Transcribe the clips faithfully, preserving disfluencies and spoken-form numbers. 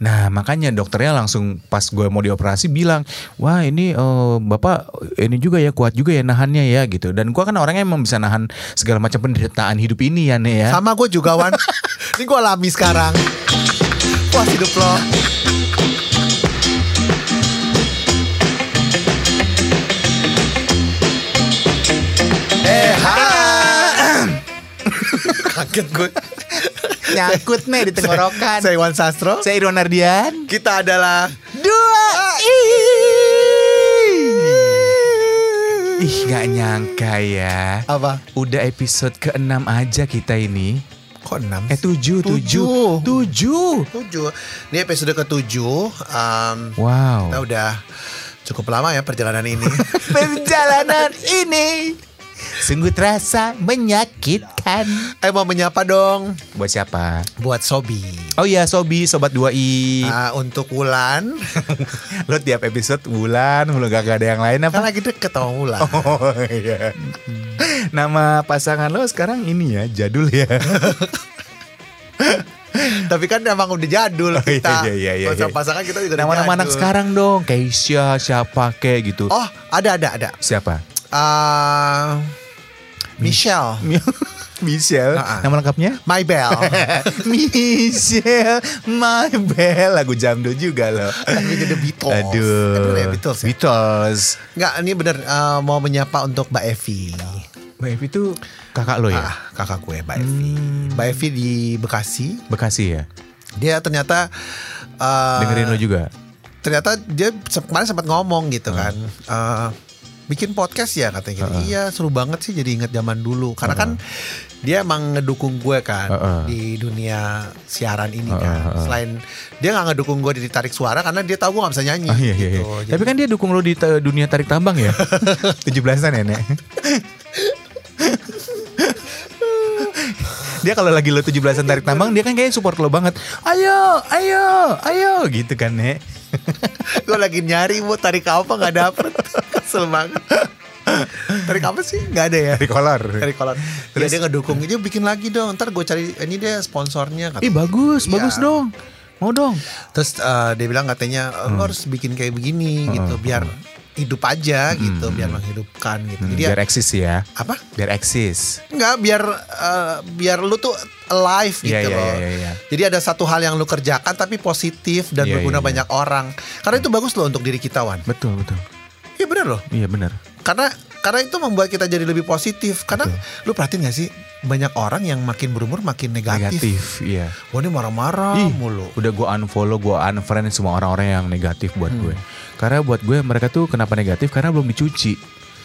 Nah makanya dokternya langsung pas gue mau dioperasi bilang, wah ini uh, bapak ini juga ya kuat juga ya nahannya ya gitu. Dan gue kan orangnya emang bisa nahan segala macam penderitaan hidup ini ya nih ya. Sama gue juga Wan. Ini gue alami sekarang. Puas hidup lo. Eh ha. Kaget gue. Nyangkut nih di tenggorokan. Saya Iwan Sastro. Saya Irwan Ardian. Kita adalah Dua I. Ih gak nyangka ya. Apa? Udah episode keenam aja kita ini. Kok enam? Eh tujuh Tujuh. Tujuh Tujuh Tujuh. Ini episode ketujuh. um, Wow. Kita udah cukup lama ya perjalanan ini. Perjalanan ini sungguh terasa menyakitkan. Eh mau menyapa dong. Buat siapa? Buat Sobi. Oh iya Sobi, Sobat dua I. uh, Untuk Wulan. Lo tiap episode Wulan, lo gak ada yang lain apa? Kan lagi deket sama Wulan. Oh iya. Nama pasangan lo sekarang ini ya, jadul ya. Tapi kan emang udah jadul kita. Oh, iya, iya, iya, iya. Pasangan kita juga udah nama-nama anak jadul. sekarang dong, Keisha, siapa kayak gitu. Oh ada ada ada. Siapa? uh, Michelle. Michelle. Uh-uh. Nama lengkapnya? My Bell. Michelle, My Bell. Lagu Jamdo juga loh. Lagu The Beatles. Aduh. Eh, bener ya, Beatles ya? Beatles. Enggak, ini bener uh, mau menyapa untuk Mbak Evi. Mbak Evi itu kakak lo ya? Ah, kakak gue Mbak Evi. Hmm. Mbak Evi di Bekasi. Bekasi ya? Dia ternyata uh, Dengerin lo juga? Ternyata dia kemarin sempat ngomong gitu Uh. kan. Uh, bikin podcast ya katanya gitu. Uh-uh. Iya seru banget sih, jadi inget zaman dulu. Karena Uh-uh. kan dia emang ngedukung gue kan Uh-uh. di dunia siaran ini Uh-uh. kan. Uh-uh. Selain dia gak ngedukung gue di Tarik Suara karena dia tahu gue gak bisa nyanyi Oh, iya, iya, gitu. iya. Jadi- Tapi kan dia dukung lo di t- dunia tarik tambang ya? tujuh belasan ya Nek? Dia kalau lagi lo tujuh belasan tarik tambang, dia kan kayaknya support lo banget. Ayo, ayo, ayo gitu kan Nek. Gue lagi nyari mau tarik apa gak dapet. Kesel banget. Tarik apa sih? Gak ada ya. Tarik kolor. Tarik kolor. Ya Terus- dia ngedukung, dia bikin lagi dong. Ntar gue cari, ini dia sponsornya kata. Ih bagus, Iya. bagus dong. Mau dong. Terus uh, dia bilang katanya lo harus bikin kayak begini Hmm. gitu biar hidup aja gitu, Hmm. biar menghidupkan gitu. Hmm, Jadi biar ya, eksis ya. apa? Biar eksis. Enggak, biar uh, biar lu tuh alive gitu Iya, iya, loh. iya, iya. Jadi ada satu hal yang lu kerjakan tapi positif dan Iya, berguna iya, iya. banyak orang. Karena itu bagus loh untuk diri kita, Wan. Betul, betul. Iya benar loh. Iya benar. Karena karena itu membuat kita jadi lebih positif. Karena Betul. lu perhatiin gak sih, banyak orang yang makin berumur makin negatif. Negatif, iya. Wah ini marah-marah Ih, mulu. udah gue unfollow, gue unfriend semua orang-orang yang negatif buat Hmm. gue. Karena buat gue mereka tuh kenapa negatif? Karena belum dicuci.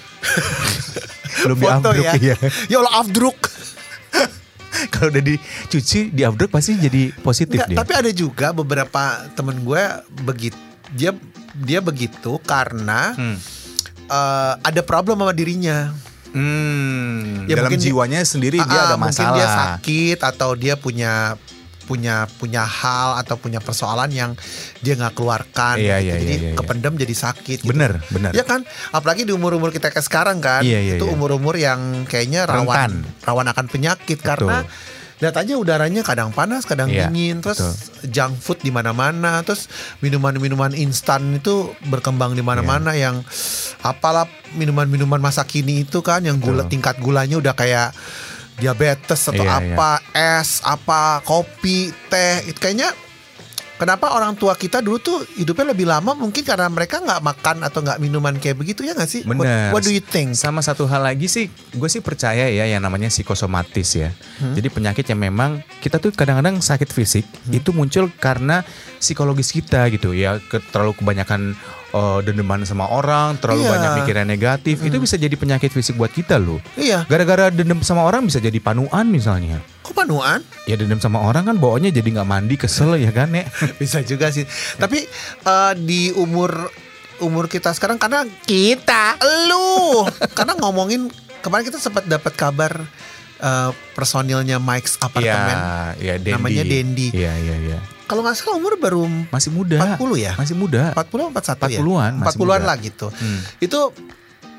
belum Foto di-updruk, ya. iya. Ya Allah, afdruk. Kalau udah dicuci, di-updruk pasti jadi positif Enggak, dia. tapi ada juga beberapa temen gue begitu, dia dia begitu karena Hmm. uh, ada problem sama dirinya. Hmm, Ya, dalam mungkin di- jiwanya sendiri dia Ah, ada mungkin masalah. dia sakit atau dia punya punya punya hal atau punya persoalan yang dia nggak keluarkan. Iya, gitu. iya, Jadi iya, iya. kependam jadi sakit. Gitu. Bener, bener. Ya kan, apalagi di umur-umur kita kayak sekarang kan, Iya, iya, itu iya. umur-umur yang kayaknya rawan Rentan. rawan akan penyakit. Betul. Karena lihat aja udaranya kadang panas, kadang Iya, dingin, terus betul. junk food di mana-mana, terus minuman-minuman instan itu berkembang di mana-mana Iya. yang apalah minuman-minuman masa kini itu kan yang gula Betul. tingkat gulanya udah kayak diabetes atau Iya, apa, es, apa, kopi, teh, itu kayaknya. Kenapa orang tua kita dulu tuh hidupnya lebih lama mungkin karena mereka nggak makan atau nggak minuman kayak begitu ya nggak sih? What, Bener. what do you think? Sama satu hal lagi sih, gue sih percaya ya yang namanya psikosomatis ya. Hmm. Jadi penyakit yang memang kita tuh kadang-kadang sakit fisik Hmm. itu muncul karena psikologis kita gitu ya. Ke, terlalu kebanyakan uh, dendeman sama orang, terlalu Iya. banyak pikiran negatif, itu bisa jadi penyakit fisik buat kita loh. Iya. Gara-gara dendam sama orang bisa jadi panuan misalnya. Kok panuan? Ya dendam sama orang kan bawaannya jadi nggak mandi, kesel ya kan Nek. Bisa juga sih. Tapi eh, di umur umur kita sekarang karena kita, lu, karena ngomongin kemarin kita sempat dapat kabar eh, personilnya Mike's Apartemen. Iya, iya Dendi. Namanya Dendi. Iya, iya, iya. Kalau nggak salah umur baru Masih muda. empat puluh ya? Masih muda. empat puluh empat puluh satu ya? empat puluhan, masih empat puluhan muda. lah gitu. Hmm. Itu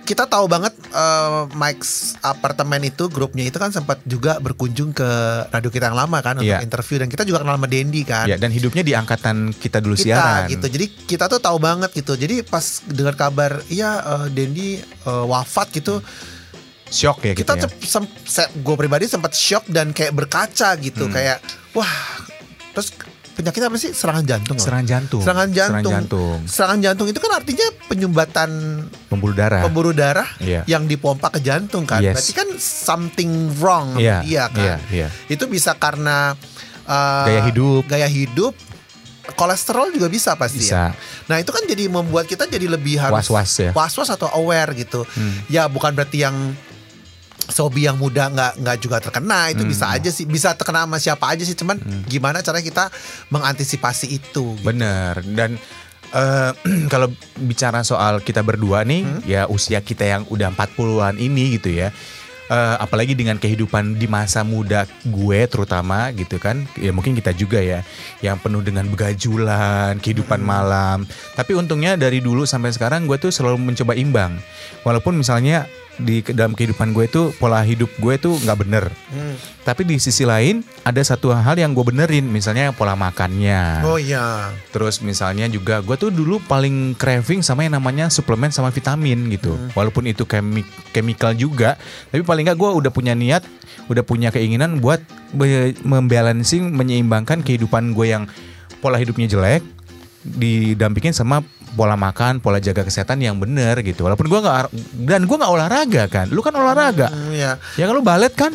kita tahu banget uh, Mike's Apartemen itu grupnya itu kan sempat juga berkunjung ke radio kita yang lama kan untuk Iya. interview, dan kita juga kenal sama Dendi kan. Ya, dan hidupnya di angkatan kita dulu Kita siaran. gitu. Jadi kita tuh tahu banget gitu. Jadi pas dengar kabar iya uh, Dendi uh, wafat gitu, Shock ya kita gitu ya. sem- gue pribadi sempat shock dan kayak berkaca gitu, Hmm. kayak wah, terus penyakitnya apa sih? Serangan jantung. loh. Serangan jantung. Serangan jantung. Serangan jantung. Serangan jantung itu kan artinya penyumbatan Pembuluh darah. pembuluh darah Iya. yang dipompa ke jantung kan. Yes. Berarti kan something wrong sama Iya, dia kan. iya, iya. Itu bisa karena uh, Gaya hidup. Gaya hidup, kolesterol juga bisa pasti Bisa. ya. Nah itu kan jadi membuat kita jadi lebih harus Was-was ya. was-was atau aware gitu. Hmm. Ya bukan berarti yang Sobi yang muda nggak nggak juga terkena, itu Hmm. bisa aja sih, bisa terkena sama siapa aja sih, cuman gimana caranya kita mengantisipasi itu gitu. Bener. Dan eh, kalau bicara soal kita berdua nih, Hmm? ya usia kita yang udah empat puluhan ini gitu ya. Eh, apalagi dengan kehidupan di masa muda gue terutama gitu kan. Ya mungkin kita juga ya, yang penuh dengan begajulan, kehidupan Hmm. malam. Tapi untungnya dari dulu sampai sekarang gue tuh selalu mencoba imbang. Walaupun misalnya di dalam kehidupan gue itu pola hidup gue tuh nggak bener. Hmm. Tapi di sisi lain ada satu hal yang gue benerin, misalnya pola makannya. Oh iya. Terus misalnya juga gue tuh dulu paling craving sama yang namanya suplemen sama vitamin gitu. Walaupun itu chemi- chemical juga, tapi paling nggak gue udah punya niat, udah punya keinginan buat be- membalancing, menyeimbangkan kehidupan gue yang pola hidupnya jelek didampingin sama pola makan, pola jaga kesehatan yang bener gitu. Walaupun gue nggak, dan gue nggak olahraga kan. Lu kan olahraga. Hmm, iya. Ya kalau balet kan.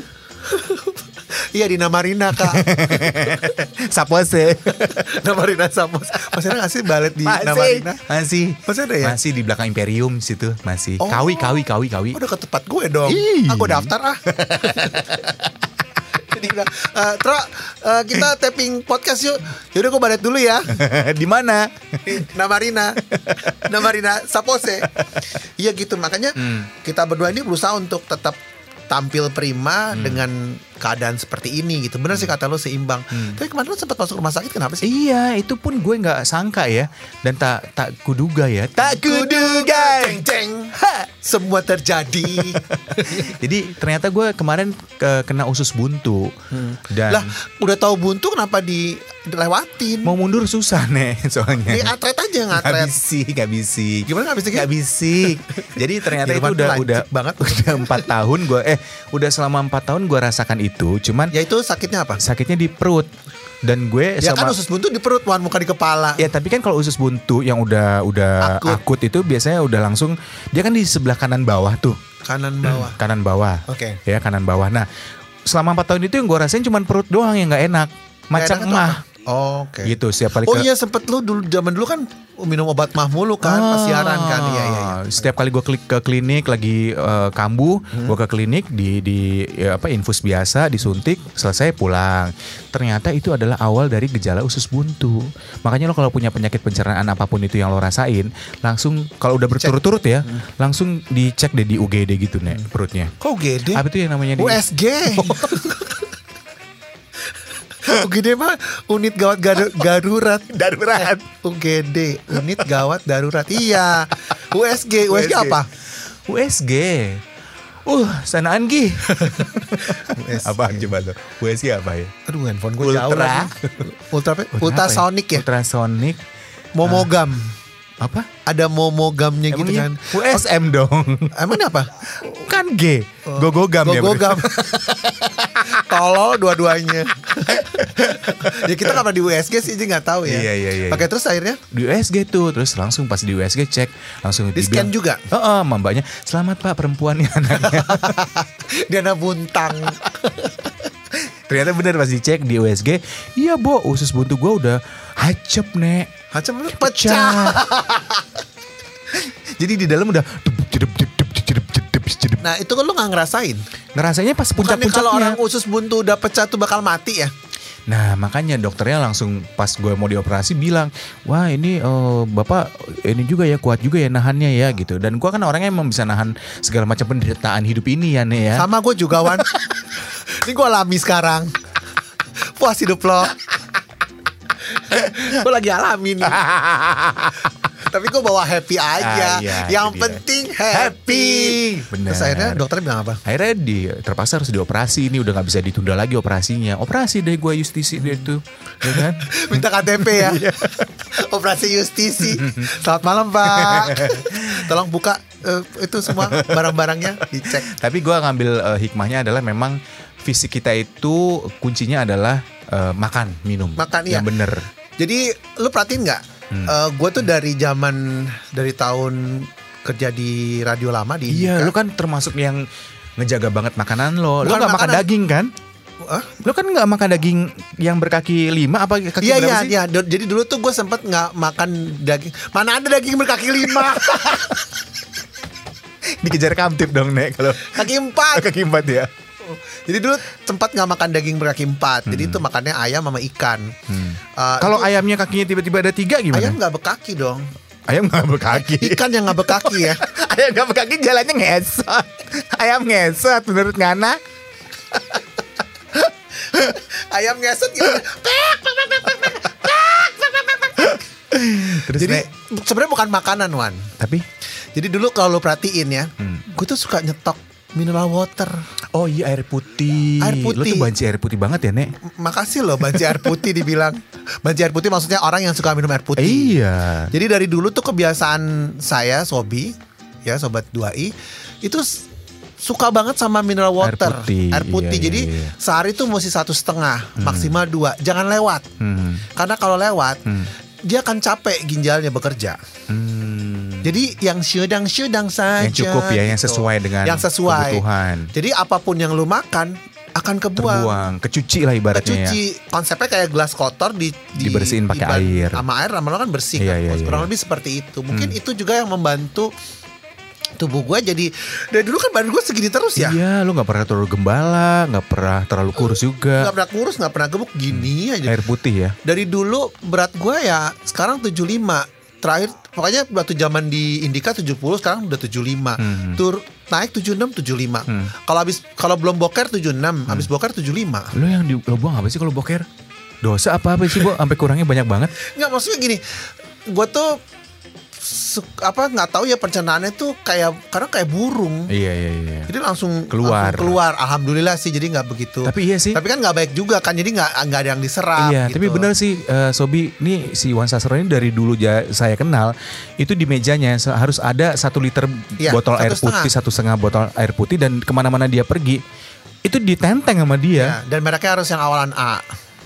Iya di Namarina kak. Sapose. Namarina Samos. Masih ada nggak sih balet di Namarina? Masih. Masih ada ya? Masih di belakang Imperium situ masih. Oh. Kawi, kawi, kawi, kawi. Oh, udah ke tempat gue dong. Ih. Aku daftar ah. Jadi udah, uh, Tra, uh, kita tapping podcast yuk. Yaudah gue balet dulu ya. Di mana? Di Namarina, Namarina Sapose. Iya gitu, makanya Hmm. kita berdua ini berusaha untuk tetap tampil prima dengan keadaan seperti ini gitu. Bener sih kata lo, seimbang. Tapi kemarin lo sempat masuk rumah sakit, kenapa sih? Iya, itu pun gue nggak sangka ya, dan tak tak kuduga ya, tak kuduga. Ceng ceng. Semua terjadi. Jadi ternyata gue kemarin ke, kena usus buntu dan Lah, udah tahu buntu kenapa di dilewatin? mau mundur susah nih soalnya. Di atlet aja Gak ngatret. bisik, gak bisik. Gimana gak bisik? Gak bisik. Jadi ternyata itu Irfan udah lancip udah banget. udah empat tahun gue eh udah selama empat tahun gue rasakan itu. Cuman Ya itu sakitnya apa? sakitnya di perut dan gue Ya kan sama usus buntu di perut, bukan muka di kepala. ya tapi kan kalau usus buntu yang udah udah Akut. akut. itu biasanya udah langsung dia kan di sebelah kanan bawah tuh. Kanan bawah. Kanan bawah. Oke. Ya kanan bawah. Nah, selama empat tahun itu yang gue rasain cuman perut doang yang nggak enak. Macam enak tuh emah. apa? Oh, oke. Gitu setiap kali Oh ke- iya, sempet lu dulu zaman dulu kan minum obat mah mulu kan, pas siaran kan. Iya iya iya. Setiap kali gue klik ke klinik lagi eh, kambuh, Hmm. gue ke klinik di di ya apa infus biasa, disuntik, selesai pulang. Ternyata itu adalah awal dari gejala usus buntu. Makanya lo kalau punya penyakit pencernaan apapun itu yang lo rasain, langsung kalau udah berturut-turut ya, Hmm. langsung dicek deh di U G D gitu nih perutnya. Kok gede? Apa itu yang namanya di U S G. U G D mah unit gawat garu- garurat. Darurat. U G D, unit gawat darurat. Iya. U S G, U S G apa? U S G. Uh, sanaan Gi. U S G. Apa coba lo? U S G apa ya? Aduh, handphone gue Ultra. jauh lagi. Ultra apa? Ultra apa Ultrasonic ya? Ultrasonic. Momogam. Apa? Ada momogamnya gitu Emangnya kan. U S M dong. Emang ini apa? Kan G. Gogogam ya. Gogogam. Tolol dua-duanya. Ya kita nggak pernah di U S G sih, jadi nggak tahu ya. Iya, iya, iya. Oke, terus akhirnya Di U S G tuh. Terus langsung pas di U S G cek. Langsung di scan dibilang, juga. Oh, oh mbaknya. Selamat pak perempuannya anaknya. Dana buntang. Ternyata benar pas dicek di U S G. Iya bo, usus buntu gue udah hacep nek. Macam lu pecah. Jadi di dalam udah jedep, jedep, jedep, jedep, jedep, jedep. Nah itu kan lu nggak ngerasain. Ngerasanya pas Bukannya kalau orang puncak-puncaknya. usus buntu udah pecah tuh bakal mati ya? Nah makanya dokternya langsung pas gue mau dioperasi bilang, wah ini eh, bapak ini juga ya kuat juga ya nahannya ya gitu. Dan gue kan orangnya emang bisa nahan segala macam penderitaan hidup ini ya nih ya. Sama gue juga Wan. Ini gue alami sekarang. Puas hidup lo. Gue lagi alami nih. Tapi gue bawa happy aja. Ah, iya, Yang itu dia. penting happy. Bener. Terus akhirnya dokter bilang apa? Akhirnya di, terpaksa harus dioperasi. Ini udah gak bisa ditunda lagi operasinya. Operasi deh gue justisi dia itu, ya kan? Minta K T P ya. Operasi justisi. Selamat malam Pak. Tolong buka uh, itu semua barang-barangnya dicek. Tapi gue ngambil uh, hikmahnya adalah memang fisik kita itu kuncinya adalah uh, makan, minum. Makan, yang iya. bener. Jadi lu perhatiin nggak? Hmm. Uh, gue tuh dari zaman dari tahun kerja di radio lama di Iya, Indika. lu kan termasuk yang ngejaga banget makanan lo. Lu Bukan gak makan makanan. daging kan? Hah? Lu kan gak makan daging yang berkaki lima apa kaki Iya berapa iya sih? iya. Do- Jadi dulu tuh gue sempet nggak makan daging. Mana ada daging berkaki lima? Dikejar kamtip dong, Nek, kalau Kaki empat. kaki empat ya. Jadi dulu sempat nggak makan daging berkaki empat. Jadi itu makannya ayam sama ikan. Hmm. Uh, Kalau itu ayamnya kakinya tiba-tiba ada tiga gimana? ayam nggak berkaki dong. Ayam gak berkaki. Ikan yang nggak berkaki ya. Ayam gak berkaki jalannya ngesot. Ayam ngesot menurut Ngana. Ayam ngesot gimana? Terus Jadi Nek, sebenarnya bukan makanan Wan. tapi Jadi dulu kalau lo perhatiin ya, Hmm. gue tuh suka nyetok mineral water. oh iya air putih. Air putih. Lu tuh banci air putih banget ya, Nek? M- Makasih loh banci air putih dibilang. Banci air putih maksudnya orang yang suka minum air putih. Iya. Jadi dari dulu tuh kebiasaan saya Sobi, ya sobat dua i, itu s- suka banget sama mineral Air water, putih, air putih. iya, Jadi iya, iya. sehari tuh mesti satu setengah, maksimal dua. Jangan lewat, Hmm. karena kalau lewat Hmm. dia akan capek ginjalnya bekerja. Hmm. Jadi yang sedang-sedang saja. Yang cukup ya, yang gitu. sesuai dengan yang sesuai. kebutuhan. Jadi apapun yang lu makan akan kebuang. Terbuang, kecuci lah ibaratnya ya. Kecuci. Konsepnya kayak gelas kotor di, di Dibersihin pakai diban- air. Sama air lama-lama kan bersih Iya, kan. iya, Kurang iya. lebih seperti itu. Mungkin Hmm. itu juga yang membantu tubuh gue jadi dari dulu kan badan gue segini terus ya. Iya, lu gak pernah terlalu gembala, gak pernah terlalu kurus juga. Gak pernah kurus, gak pernah gemuk, gini aja. Air putih ya. Dari dulu berat gue ya sekarang tujuh puluh lima. Terakhir pokoknya waktu zaman di Indika tujuh puluh, sekarang udah tujuh puluh lima. Hmm. Tur naik tujuh puluh enam, tujuh puluh lima. Hmm. Kalau habis kalau belum boker tujuh puluh enam, habis boker tujuh puluh lima. Lu yang di, lu buang apa sih kalau boker? Dosa apa apa sih, Bu? Sampai kurangnya banyak banget. Enggak, maksudnya gini. Gue tuh su- apa nggak tahu ya pencernaannya tuh kayak karena kayak burung. Iya, iya, iya. Jadi langsung Keluar. langsung keluar. Alhamdulillah sih jadi nggak begitu. Tapi iya sih. Tapi kan nggak baik juga kan, jadi nggak nggak ada yang diserap. Iya, gitu. tapi benar sih eh, Sobi, ini si Iwan Sastro ini dari dulu ja- saya kenal, itu di mejanya se- harus ada satu liter Iya, botol satu air setengah. putih, satu setengah botol air putih, dan kemana-mana dia pergi itu ditenteng sama dia. Ya, dan mereknya harus yang awalan A.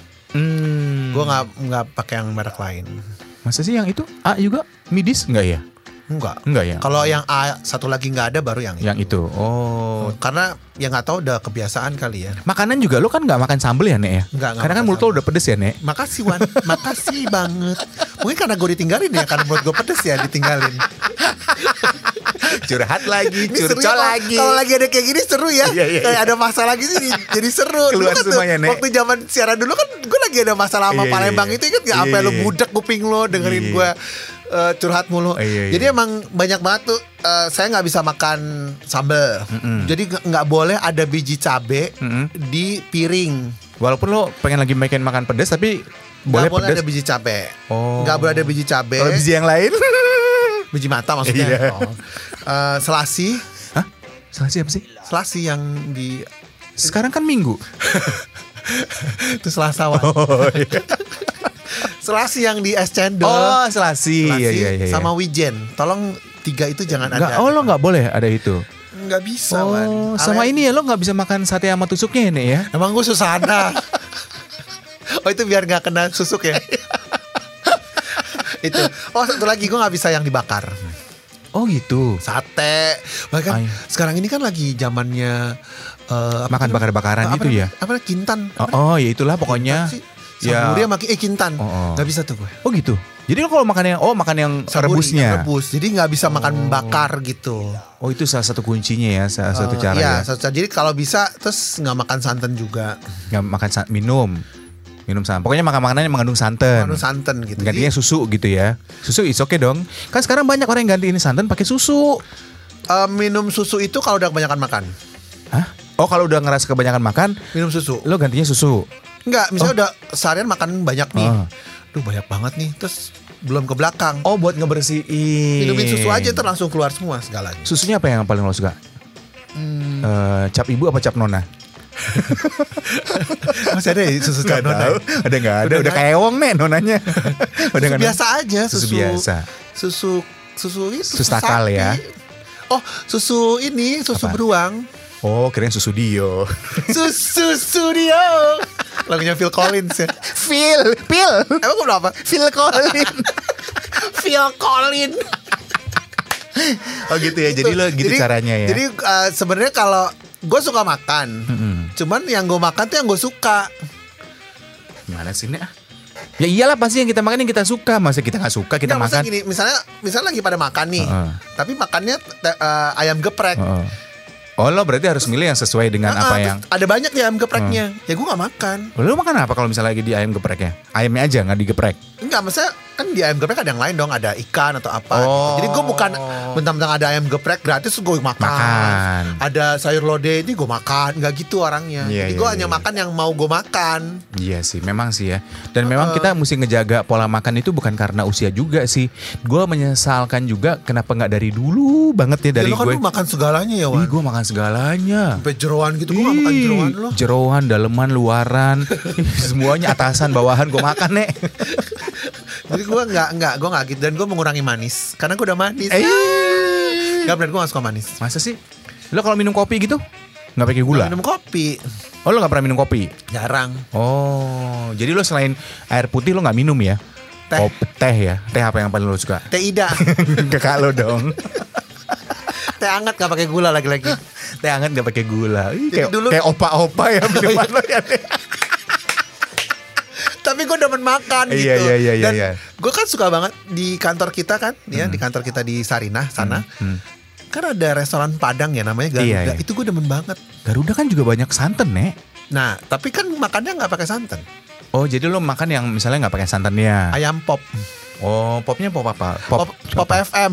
Hmm. Gue nggak nggak pakai yang merek lain. Masa sih yang itu A juga midis enggak ya? Enggak. Enggak ya. Kalau yang A satu lagi nggak ada baru yang itu. Yang itu. Oh. Karena ya nggak tahu udah kebiasaan kali ya. Makanan juga lu kan nggak makan sambel ya, Nek ya? Nggak, nggak Karena kan makan mulut lo sambel. udah pedes ya, Nek. Makasih Wan, makasih banget. Mungkin karena gue ditinggalin ya, karena mulut gue pedes ya ditinggalin. Curhat lagi, Ini seru curcol ya, kalau- lagi. Kalau lagi ada kayak gini seru ya. Iya, iya, Kayak iya. ada masalah gitu jadi, jadi seru. Keluar Dulu kan tuh, semuanya, Nek. waktu zaman siaran dulu kan gue lagi ada masalah sama Iya, iya, Palembang iya. itu kan nggak Iya, sampai lu iya. budak kuping lo dengerin Iya. gue uh, curhat mulu. Iya, iya. Jadi emang banyak banget tuh uh, saya nggak bisa makan sambal. Mm-mm. Jadi nggak- nggak boleh ada biji cabe Mm-mm. di piring. Walaupun lo pengen lagi makan makan pedas, tapi boleh Nggak boleh pedas. ada biji cabe. Oh. Nggak boleh ada biji cabe. Kalau biji yang lain? Biji mata maksudnya. Iya. Oh. Uh, selasi, Hah? Salah siapa sih? selasi yang di Sekarang kan Minggu. itu Selasa Wan. Oh iya. Selasi yang di es cendol. Oh, selasi. Selasi Iya, iya, iya. sama wijen. Tolong tiga itu jangan Nggak, ada. oh lo nggak boleh ada itu. Nggak bisa Oh, Wan. sama Ale- ini ya lo nggak bisa makan sate sama tusuknya ini ya? Emang gue susana. Oh itu biar nggak kena susuk ya. Itu. Oh satu lagi gue nggak bisa yang dibakar. Oh gitu. Sate. Bahkan Ay. sekarang ini kan lagi zamannya eh, apa Makan tuh? bakar-bakaran Apa itu ya? namanya? Apa namanya? Kintan? Oh, oh ya itulah pokoknya. Kintan sih. Ya. Saburi sama ki- eh kintan. Oh, oh. Nggak bisa tuh gue. Oh gitu. Jadi lo kalau makan yang oh makan yang Saburi, rebusnya. yang rebus. Jadi nggak bisa makan bakar gitu. Oh itu salah satu kuncinya ya, salah satu Eh, cara iya, ya. satu- jadi kalau bisa terus nggak makan santan juga. Nggak makan sa- minum. Minum santan. Pokoknya makan makanan yang mengandung santan. Mengandung santan gitu. Gantinya susu gitu ya. Susu is oke dong. Kan sekarang banyak orang yang gantiin santan pakai susu. Eh, minum susu itu kalau udah kebanyakan makan. Hah? Oh kalau udah ngerasa kebanyakan makan, Minum susu. lo gantinya susu. Enggak, misalnya udah seharian makan banyak nih. Oh. Duh banyak banget nih. Terus belum ke belakang. Oh, buat ngebersihin. Minumin susu aja tuh langsung keluar semua segalanya. Susunya apa yang paling lo suka? Hmm. Eh, cap ibu apa cap nona? Masih ada ya susu cap Nggak nona? tahu. Udah nggak ada. Udah Udah nggak- kayak ewong nih nonanya. Udah Susu nggak- biasa aja, Susu susu, biasa. Susu susu itu Susu takal sapi. ya. Oh, susu ini, susu Apa? beruang. Oh, kirain susu Dio. Susu studio. Lagunya Phil Collins ya. Phil, Phil. Emang gue berapa? Phil Collins. Phil Collins. Oh gitu ya. Jadi lo gitu Jadi- caranya ya. Jadi uh, sebenarnya kalau gue suka makan, Mm-mm. cuman yang gue makan tuh yang gue suka. Gimana sih nih? ah? Ya iyalah pasti yang kita makan yang kita suka. Masa kita nggak suka kita Nggak, maksudnya makan. gini, misalnya, misalnya lagi pada makan nih, Heeh. tapi makannya te- uh, ayam geprek. Heeh. Oh lo berarti harus milih yang sesuai dengan Heeh, apa terus yang. ada banyak nih ayam gepreknya. Ya gue nggak makan. Lo makan apa kalau misalnya lagi di ayam gepreknya? Ayamnya aja nggak digeprek. Enggak, maksudnya kan di ayam geprek ada yang lain dong, ada ikan atau apa. Oh. gitu. Jadi gue bukan mentang-mentang ada ayam geprek gratis gue makan. Makan. Ada sayur lodeh ini gue makan, nggak gitu orangnya. Iya, Jadi iya, gue iya. hanya makan yang mau gue makan. Iya sih, memang sih ya. Dan memang kita mesti ngejaga pola makan itu bukan karena usia juga sih. Gue menyesalkan juga kenapa nggak dari dulu banget ya dari Ya, lo kan gue. lu makan segalanya ya, Wan. Ih, gue makan segalanya. Sampai jeroan gitu, gue gak makan Ih, jeroan lo. jeroan, daleman, luaran, Ih, semuanya atasan, bawahan gue makan nek. Jadi gue nggak nggak gue nggak gitu, dan gue mengurangi manis karena gue udah manis. Eh, Gak benar, gue gak suka manis. masa sih? Lo kalau minum kopi gitu nggak pakai gula? Minum kopi Oh lo nggak pernah minum kopi? jarang. Oh, jadi lo selain air putih lo nggak minum ya? Teh. Oh, teh ya. Teh apa yang paling lo suka? Teh Ida. Kakak lo dong. Teh hangat gak pakai gula lagi-lagi. Teh hangat gak pakai gula. Ih, Jadi kayak, dulu- kayak opa-opa ya minuman lo ya. Tapi gue demen makan gitu. Iya, iya, iya, iya, Dan iya. gue kan suka banget di kantor kita kan, ya di kantor kita di Sarinah sana. Hmm. Kan ada restoran Padang ya namanya Garuda. Iya, iya. Itu gue demen banget. Garuda kan juga banyak santan nek. Nah, tapi kan makannya nggak pakai santan. Oh jadi lo makan yang misalnya nggak pakai santannya. Ayam pop. Oh popnya pop apa? Pop, pop F M.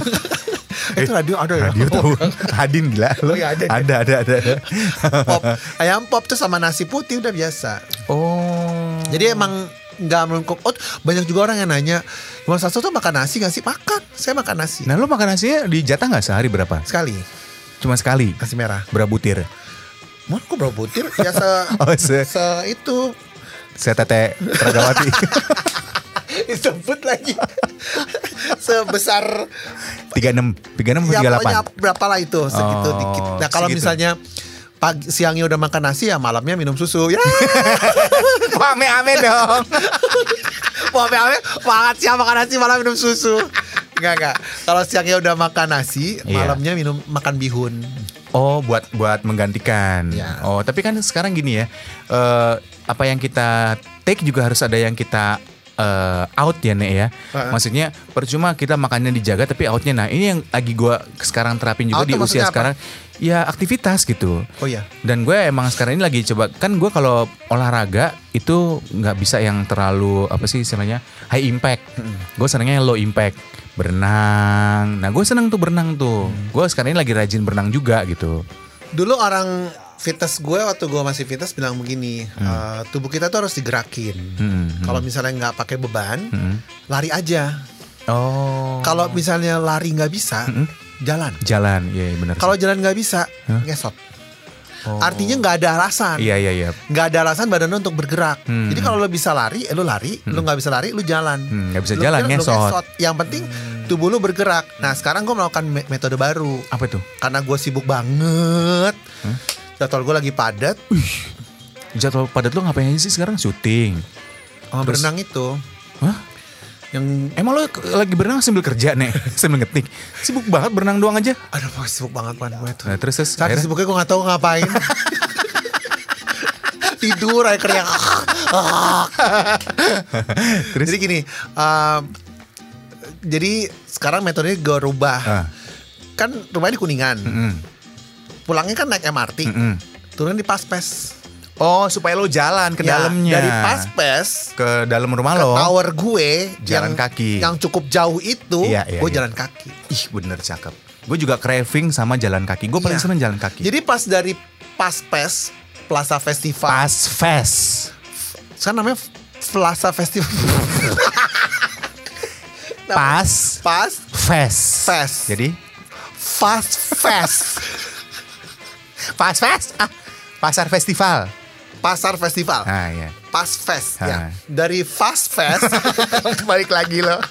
Itu radio ada ya? Radio tahu. Hadin gila. Lo Oh, iya, ada. ada ada ada. ada. Pop. Ayam pop tuh sama nasi putih udah biasa. Oh. Jadi emang nggak melengkung. Oh, banyak juga orang yang nanya, Mas Sasto tuh makan nasi nggak sih? Makan. Saya makan nasi. Nah lo makan nasinya dijatah nggak sehari berapa? Sekali. Cuma sekali. Nasi merah. Berapa butir? Mau kok berapa butir? Ya se, Oh se, se itu. saya tete Pragawati. Disebut lagi. Sebesar tiga puluh enam, tiga puluh enam, ya tiga puluh pokoknya delapan. berapa lah itu, segitu Oh, dikit. Nah kalau segitu. misalnya pagi siangnya udah makan nasi ya malamnya minum susu. Ya. Ame-ame dong. Wah, ame-ame banget siang makan nasi malam minum susu. Enggak enggak. Kalau siangnya udah makan nasi, Iya. malamnya minum makan bihun. Oh, buat buat menggantikan. Ya. Oh, tapi kan sekarang gini ya, eh, apa yang kita take juga harus ada yang kita eh, out ya, Nek ya. Uh-uh. Maksudnya percuma kita makannya dijaga tapi outnya. Nah, ini yang lagi gue sekarang terapin juga Out di tuh usia maksudnya apa? sekarang. Ya aktivitas gitu. Oh iya. Dan gue emang sekarang ini lagi coba, kan gue kalau olahraga itu nggak bisa yang terlalu apa sih istilahnya high impact. Gue senangnya low impact, berenang. Nah gue seneng tuh berenang tuh. Gue sekarang ini lagi rajin berenang juga gitu. Dulu orang fitness gue waktu gue masih fitness bilang begini, eh, tubuh kita tuh harus digerakin. Hmm, hmm. Kalau misalnya nggak pakai beban, Hmm. lari aja. Oh. Kalau misalnya lari nggak bisa, Mm-mm. jalan. Jalan, iya yeah, benar. Kalau jalan nggak bisa, Hah? ngesot. Oh. Artinya nggak ada alasan. Iya iya iya. Nggak ada alasan badan lu untuk bergerak. Hmm. Jadi kalau lu bisa lari, eh, lu lari. Lu nggak bisa lari, lu jalan. Hmm, nggak bisa Lu jalan, kira lu ngesot. Yang penting tubuh lu bergerak. Nah sekarang gue melakukan me- metode baru. Apa tuh? Karena gue sibuk banget. Hmm? Jadwal gue lagi padat. Jadwal padat lo ngapain aja sih sekarang? Syuting. Sama Terus? berenang itu. Hah? Yang Emang lo ke- lagi berenang sambil kerja nih? Sambil ngetik? Sibuk banget berenang doang aja? aduh gue sibuk banget kan gue tuh. Nah terus terus Saking akhirnya- sibuknya gue gak tahu ngapain. Tidur aja keriang. Terus? Jadi gini, um, jadi sekarang metodenya gue rubah. Ah. Kan rumahnya di Kuningan. Mm-mm. Pulangnya kan naik M R T. Mm-mm. Turun di Paspes. Oh supaya lo jalan ke Ya, dalamnya. dari Paspes ke dalam rumah ke lo. tower gue Jalan yang, kaki. yang cukup jauh itu, Iya, iya, gue iya. jalan kaki. Ih bener cakep. Gue juga craving sama jalan kaki. Gue paling Iya. seneng jalan kaki. Jadi pas dari Paspes Plaza Festival, Pas fest. sekarang namanya Plaza Festival. Pas Pas Fest. Fest. Jadi Fast Fest. Pas Fest. Ah, pasar festival. Pasar festival. Ah ya. Pas Fest Ah. ya. Dari Fast Fest balik lagi loh.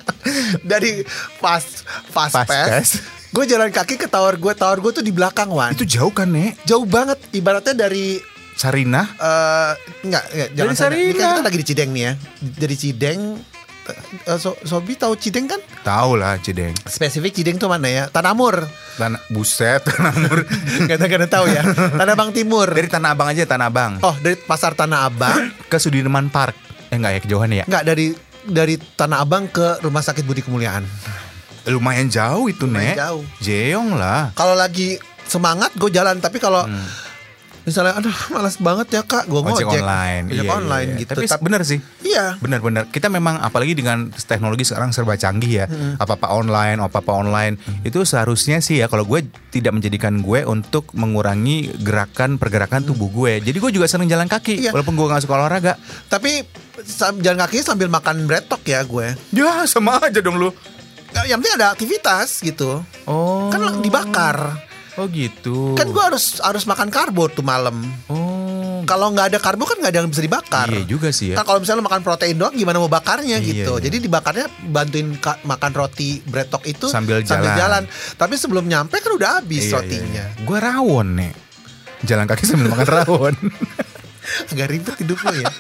Dari Fast Fast Fast Fest. Fest. Gue jalan kaki ke tower gue. Tower gue tuh di belakang, Wan. Itu jauh kan, Nek? Jauh banget. Ibaratnya dari Sarinah. eh enggak, enggak jangan Dari sana. Ini kan Sarinah. kita lagi di Cideng nih ya. Dari Cideng eh, so, Sobi tahu Cideng kan? Tahu lah Cideng. Spesifik Cideng tuh mana ya? Tanamur. Tanah buset, Tanah Abang. Gak ada tahu ya. Tanah Abang Timur. Dari Tanah Abang aja, Tanah Abang. Oh, dari pasar Tanah Abang. Ke Sudirman Park. Eh enggak ya, kejauhan ya? Enggak, dari dari Tanah Abang ke Rumah Sakit Budi Kemuliaan. Lumayan jauh itu, Lumayan Nek. jauh. Jeong lah. Kalau lagi semangat gue jalan, tapi kalau Hmm. misalnya aduh malas banget ya Kak, gue Ojek ngojek. online. Ojek Iya, online iya. gitu. Tapi Tapi, bener sih. iya. Benar-benar kita memang apalagi dengan teknologi sekarang serba canggih ya, apa-apa online, apa-apa online itu seharusnya sih ya kalau gue tidak menjadikan gue untuk mengurangi gerakan pergerakan tubuh gue. Jadi gue juga sering jalan kaki Iya. walaupun gue nggak suka olahraga. Tapi sam- jalan kaki sambil makan bretok ya gue. Ya sama aja dong lu. Yang penting ada aktivitas gitu. Oh. Kan dibakar. Oh gitu. Kan gue harus harus makan karbo tuh malam. Oh. Kalau nggak ada karbo kan nggak ada yang bisa dibakar. Iya juga sih ya. Kan kalau misalnya makan protein doang gimana mau bakarnya Iya, gitu. iya. Jadi dibakarnya bantuin ka- makan roti bretok itu Sambil jalan. Tapi sebelum nyampe kan udah habis Iya, rotinya. iya, iya. Gue rawon nih. Jalan kaki sambil makan rawon. Agak ribet hidup lo ya.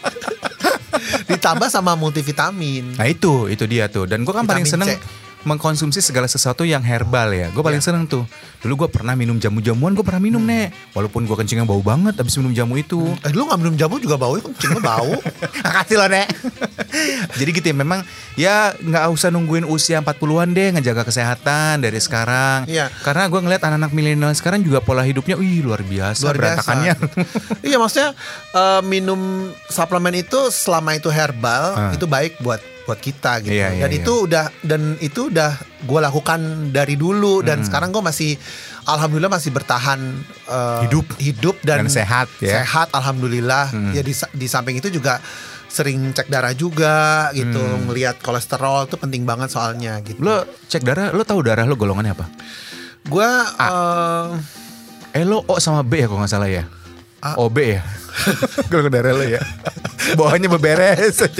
Ditambah sama multivitamin. Nah itu, itu dia tuh. Dan gue kan paling Vitamin seneng C. mengkonsumsi segala sesuatu yang herbal ya. Gue paling Iya. seneng tuh. Dulu gue pernah minum jamu-jamuan, gue pernah minum nek. Walaupun gue kencingnya bau banget abis minum jamu itu. Eh, lu gak minum jamu juga bau, kencing lu bau. Makasih loh nek. Jadi gitu ya, memang ya nggak usah nungguin usia empat puluhan deh ngejaga kesehatan dari sekarang. Iya. Karena gue ngeliat anak-anak milenial sekarang juga pola hidupnya, wih luar biasa. Luar biasa. Berantakannya. Iya maksudnya eh, minum suplemen itu selama itu herbal Ah. itu baik buat buat kita gitu. Iya, iya, dan iya. itu udah dan itu udah gue lakukan dari dulu dan sekarang gue masih alhamdulillah masih bertahan eh, Hidup. hidup dan, Dan sehat, ya. Sehat alhamdulillah. Ya di, di samping itu juga sering cek darah juga gitu, ngelihat kolesterol itu penting banget soalnya gitu. Lo cek darah, lo tahu darah lo golongannya apa? Gue eh, Eh lo O sama B ya kalau nggak salah ya? A. O B ya? Golongan darah lo ya? Bawahnya beberes aja.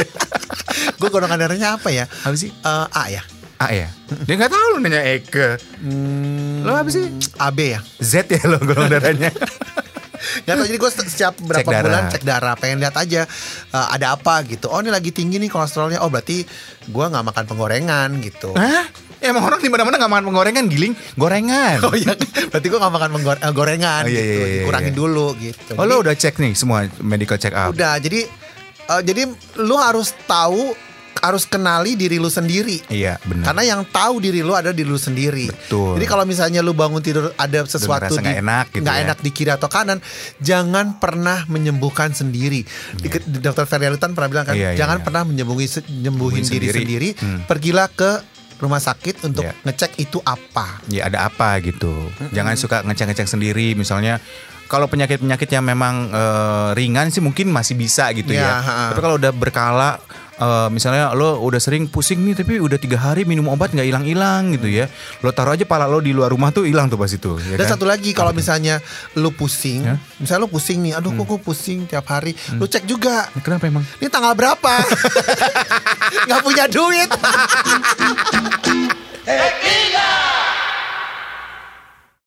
gue golongan darahnya apa ya? Apa sih? Eh, A ya. A ya? Dia nggak tahu lo nanya Eke. Lo apa sih? A B ya. Z ya lo golongan darahnya? Gak tau, jadi gue setiap berapa Cek darah. bulan cek darah, pengen lihat aja eh, ada apa gitu. Oh ini lagi tinggi nih kolesterolnya. Oh berarti gue nggak makan penggorengan gitu. Hah? Ya, emang orang di mana-mana nggak makan penggorengan, giling gorengan. Oh iya, berarti gue nggak makan penggor- eh, gorengan Oh, iya, gitu. iya, iya, Dikurangin iya. dulu gitu. Oh Jadi, lo udah cek nih semua medical check up? udah. Jadi eh, jadi lu harus tahu, harus kenali diri lu sendiri. Iya benar. Karena yang tahu diri lu ada diri lu sendiri. Betul. Jadi kalau misalnya lu bangun tidur ada sesuatu merasa nggak enak gitu nggak ya. enak di kiri atau kanan, jangan pernah menyembuhkan sendiri. Di, di dokter Feryalitan pernah bilang kan, Iya, iya, jangan iya. pernah menyembuhi se- nyembuhin Nyembuhin diri sendiri. sendiri. Hmm. Pergilah ke rumah sakit untuk Iya. ngecek itu apa. Ya ada apa gitu. Jangan suka ngecek-ngecek sendiri. Misalnya kalau penyakit-penyakit yang memang eh, ringan sih mungkin masih bisa gitu Ya, ya. ha. Tapi kalau udah berkala, eh, misalnya lo udah sering pusing nih, tapi udah tiga hari minum obat nggak hilang-hilang gitu ya. Lo taruh aja pala lo di luar rumah tuh hilang tuh pas itu. Ya Dan kan? satu lagi kalau misalnya lu pusing, Ya? misalnya lu pusing nih, aduh kok gue pusing tiap hari, lu cek juga. Kenapa emang? Ini tanggal berapa? Nggak punya duit. Tequila.